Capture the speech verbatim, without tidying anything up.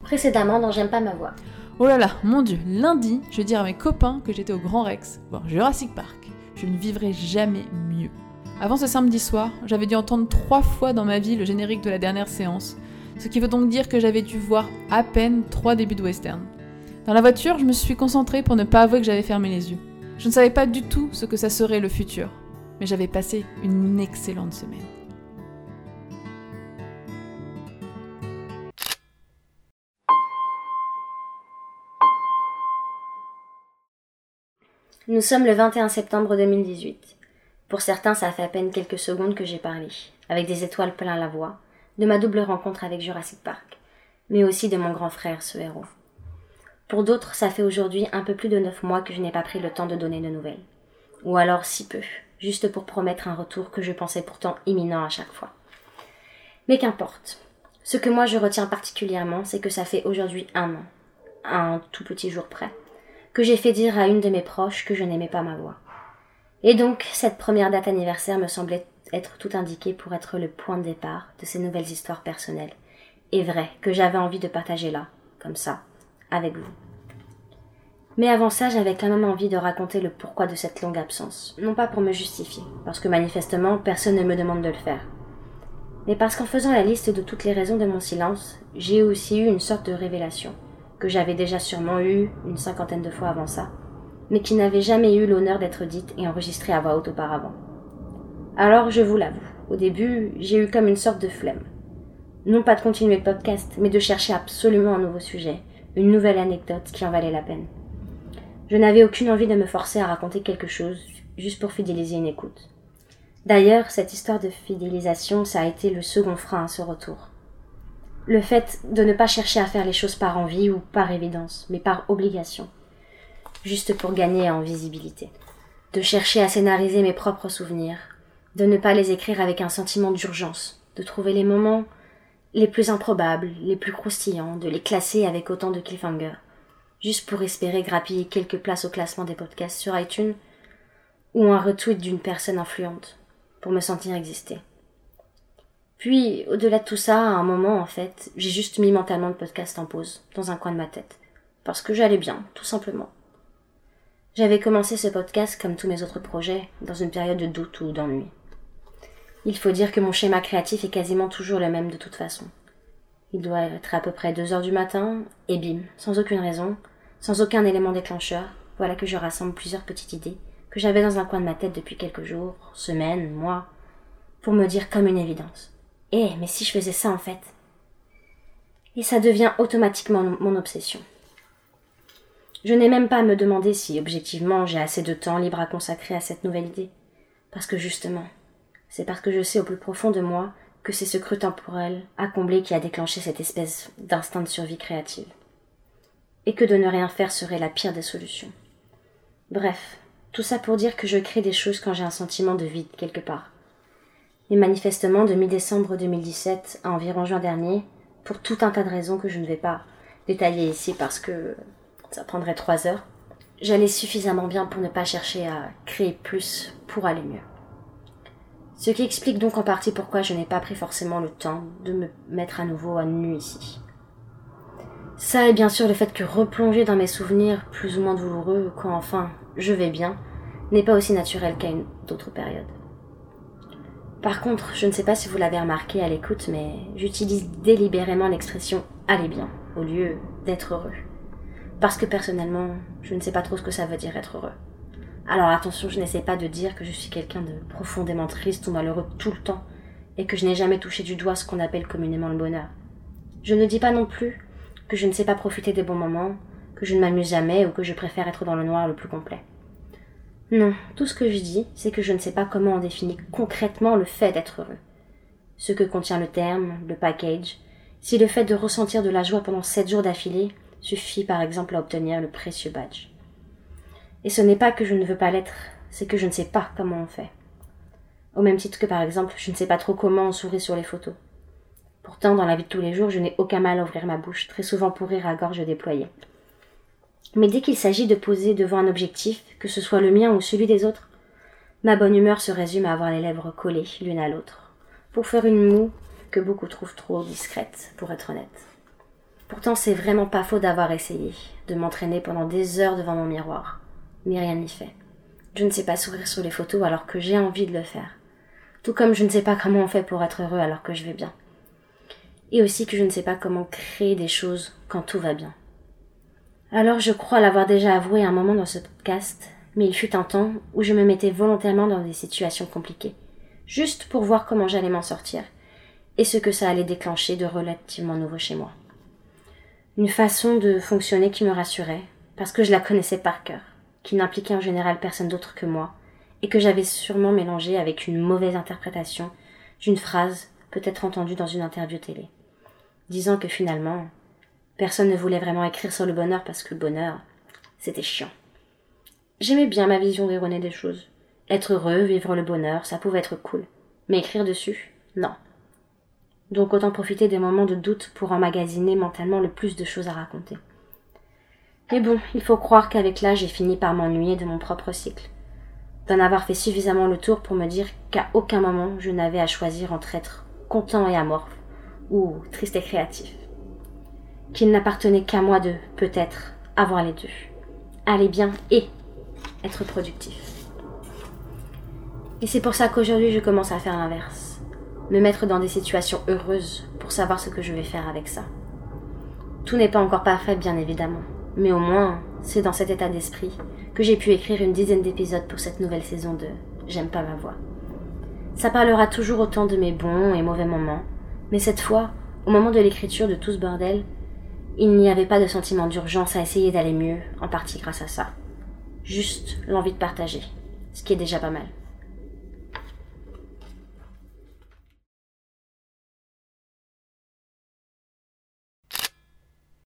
précédemment dans J'aime pas ma voix. Oh là là, mon Dieu, lundi, je dis à mes copains que j'étais au Grand Rex, voir Jurassic Park. Je ne vivrai jamais mieux. Avant ce samedi soir, j'avais dû entendre trois fois dans ma vie le générique de la dernière séance, ce qui veut donc dire que j'avais dû voir à peine trois débuts de western. Dans la voiture, je me suis concentrée pour ne pas avouer que j'avais fermé les yeux. Je ne savais pas du tout ce que ça serait le futur, mais j'avais passé une excellente semaine. Nous sommes le vingt et un septembre deux mille dix-huit. Pour certains, ça fait à peine quelques secondes que j'ai parlé, avec des étoiles plein la voix, de ma double rencontre avec Jurassic Park, mais aussi de mon grand frère, ce héros. Pour d'autres, ça fait aujourd'hui un peu plus de neuf mois que je n'ai pas pris le temps de donner de nouvelles. Ou alors si peu, juste pour promettre un retour que je pensais pourtant imminent à chaque fois. Mais qu'importe. Ce que moi je retiens particulièrement, c'est que ça fait aujourd'hui un an, à un tout petit jour près, que j'ai fait dire à une de mes proches que je n'aimais pas ma voix. Et donc, cette première date anniversaire me semblait être tout indiquée pour être le point de départ de ces nouvelles histoires personnelles, et vraies, que j'avais envie de partager là, comme ça, avec vous. Mais avant ça, j'avais quand même envie de raconter le pourquoi de cette longue absence. Non pas pour me justifier, parce que manifestement, personne ne me demande de le faire. Mais parce qu'en faisant la liste de toutes les raisons de mon silence, j'ai aussi eu une sorte de révélation, que j'avais déjà sûrement eue une cinquantaine de fois avant ça, mais qui n'avait jamais eu l'honneur d'être dite et enregistrée à voix haute auparavant. Alors, je vous l'avoue, au début, j'ai eu comme une sorte de flemme. Non pas de continuer le podcast, mais de chercher absolument un nouveau sujet, une nouvelle anecdote qui en valait la peine. Je n'avais aucune envie de me forcer à raconter quelque chose, juste pour fidéliser une écoute. D'ailleurs, cette histoire de fidélisation, ça a été le second frein à ce retour. Le fait de ne pas chercher à faire les choses par envie ou par évidence, mais par obligation. Juste pour gagner en visibilité. De chercher à scénariser mes propres souvenirs, de ne pas les écrire avec un sentiment d'urgence, de trouver les moments les plus improbables, les plus croustillants, de les classer avec autant de cliffhangers, juste pour espérer grappiller quelques places au classement des podcasts sur iTunes, ou un retweet d'une personne influente, pour me sentir exister. Puis, au-delà de tout ça, à un moment, en fait, j'ai juste mis mentalement le podcast en pause, dans un coin de ma tête, parce que j'allais bien, tout simplement. J'avais commencé ce podcast comme tous mes autres projets, dans une période de doute ou d'ennui. Il faut dire que mon schéma créatif est quasiment toujours le même de toute façon. Il doit être à peu près deux heures du matin, et bim, sans aucune raison, sans aucun élément déclencheur, voilà que je rassemble plusieurs petites idées que j'avais dans un coin de ma tête depuis quelques jours, semaines, mois, pour me dire comme une évidence. Eh, mais si je faisais ça en fait? Et ça devient automatiquement mon obsession. Je n'ai même pas à me demander si, objectivement, j'ai assez de temps libre à consacrer à cette nouvelle idée. Parce que justement, c'est parce que je sais au plus profond de moi que c'est ce creux temporel à combler qui a déclenché cette espèce d'instinct de survie créative. Et que de ne rien faire serait la pire des solutions. Bref, tout ça pour dire que je crée des choses quand j'ai un sentiment de vide quelque part. Et manifestement, de mi-décembre deux mille dix-sept à environ juin dernier, pour tout un tas de raisons que je ne vais pas détailler ici parce que ça prendrait trois heures, j'allais suffisamment bien pour ne pas chercher à créer plus pour aller mieux. Ce qui explique donc en partie pourquoi je n'ai pas pris forcément le temps de me mettre à nouveau à nu ici. Ça et bien sûr le fait que replonger dans mes souvenirs plus ou moins douloureux quand enfin je vais bien n'est pas aussi naturel qu'à une autre période. Par contre, je ne sais pas si vous l'avez remarqué à l'écoute, mais j'utilise délibérément l'expression « aller bien » au lieu d'être heureux. Parce que personnellement, je ne sais pas trop ce que ça veut dire être heureux. Alors attention, je n'essaie pas de dire que je suis quelqu'un de profondément triste ou malheureux tout le temps, et que je n'ai jamais touché du doigt ce qu'on appelle communément le bonheur. Je ne dis pas non plus que je ne sais pas profiter des bons moments, que je ne m'amuse jamais ou que je préfère être dans le noir le plus complet. Non, tout ce que je dis, c'est que je ne sais pas comment on définit concrètement le fait d'être heureux. Ce que contient le terme, le package, si le fait de ressentir de la joie pendant sept jours d'affilée suffit par exemple à obtenir le précieux badge. Et ce n'est pas que je ne veux pas l'être, c'est que je ne sais pas comment on fait. Au même titre que par exemple, je ne sais pas trop comment on sourit sur les photos. Pourtant, dans la vie de tous les jours, je n'ai aucun mal à ouvrir ma bouche, très souvent pour rire à gorge déployée. Mais dès qu'il s'agit de poser devant un objectif, que ce soit le mien ou celui des autres, ma bonne humeur se résume à avoir les lèvres collées l'une à l'autre, pour faire une moue que beaucoup trouvent trop discrète, pour être honnête. Pourtant, c'est vraiment pas faux d'avoir essayé, de m'entraîner pendant des heures devant mon miroir. Mais rien n'y fait. Je ne sais pas sourire sur les photos alors que j'ai envie de le faire. Tout comme je ne sais pas comment on fait pour être heureux alors que je vais bien. Et aussi que je ne sais pas comment créer des choses quand tout va bien. Alors je crois l'avoir déjà avoué à un moment dans ce podcast, mais il fut un temps où je me mettais volontairement dans des situations compliquées, juste pour voir comment j'allais m'en sortir, et ce que ça allait déclencher de relativement nouveau chez moi. Une façon de fonctionner qui me rassurait, parce que je la connaissais par cœur, qui n'impliquait en général personne d'autre que moi, et que j'avais sûrement mélangée avec une mauvaise interprétation d'une phrase peut-être entendue dans une interview télé, disant que finalement, personne ne voulait vraiment écrire sur le bonheur parce que le bonheur, c'était chiant. J'aimais bien ma vision erronée des choses. Être heureux, vivre le bonheur, ça pouvait être cool. Mais écrire dessus, non. Donc autant profiter des moments de doute pour emmagasiner mentalement le plus de choses à raconter. Mais bon, il faut croire qu'avec l'âge, j'ai fini par m'ennuyer de mon propre cycle. D'en avoir fait suffisamment le tour pour me dire qu'à aucun moment je n'avais à choisir entre être content et amorphe, ou triste et créatif. Qu'il n'appartenait qu'à moi de, peut-être, avoir les deux. Aller bien et être productif. Et c'est pour ça qu'aujourd'hui je commence à faire l'inverse. Me mettre dans des situations heureuses pour savoir ce que je vais faire avec ça. Tout n'est pas encore parfait, bien évidemment. Mais au moins, c'est dans cet état d'esprit que j'ai pu écrire une dizaine d'épisodes pour cette nouvelle saison de J'aime pas ma voix. Ça parlera toujours autant de mes bons et mauvais moments, mais cette fois, au moment de l'écriture de tout ce bordel, il n'y avait pas de sentiment d'urgence à essayer d'aller mieux, en partie grâce à ça. Juste l'envie de partager, ce qui est déjà pas mal.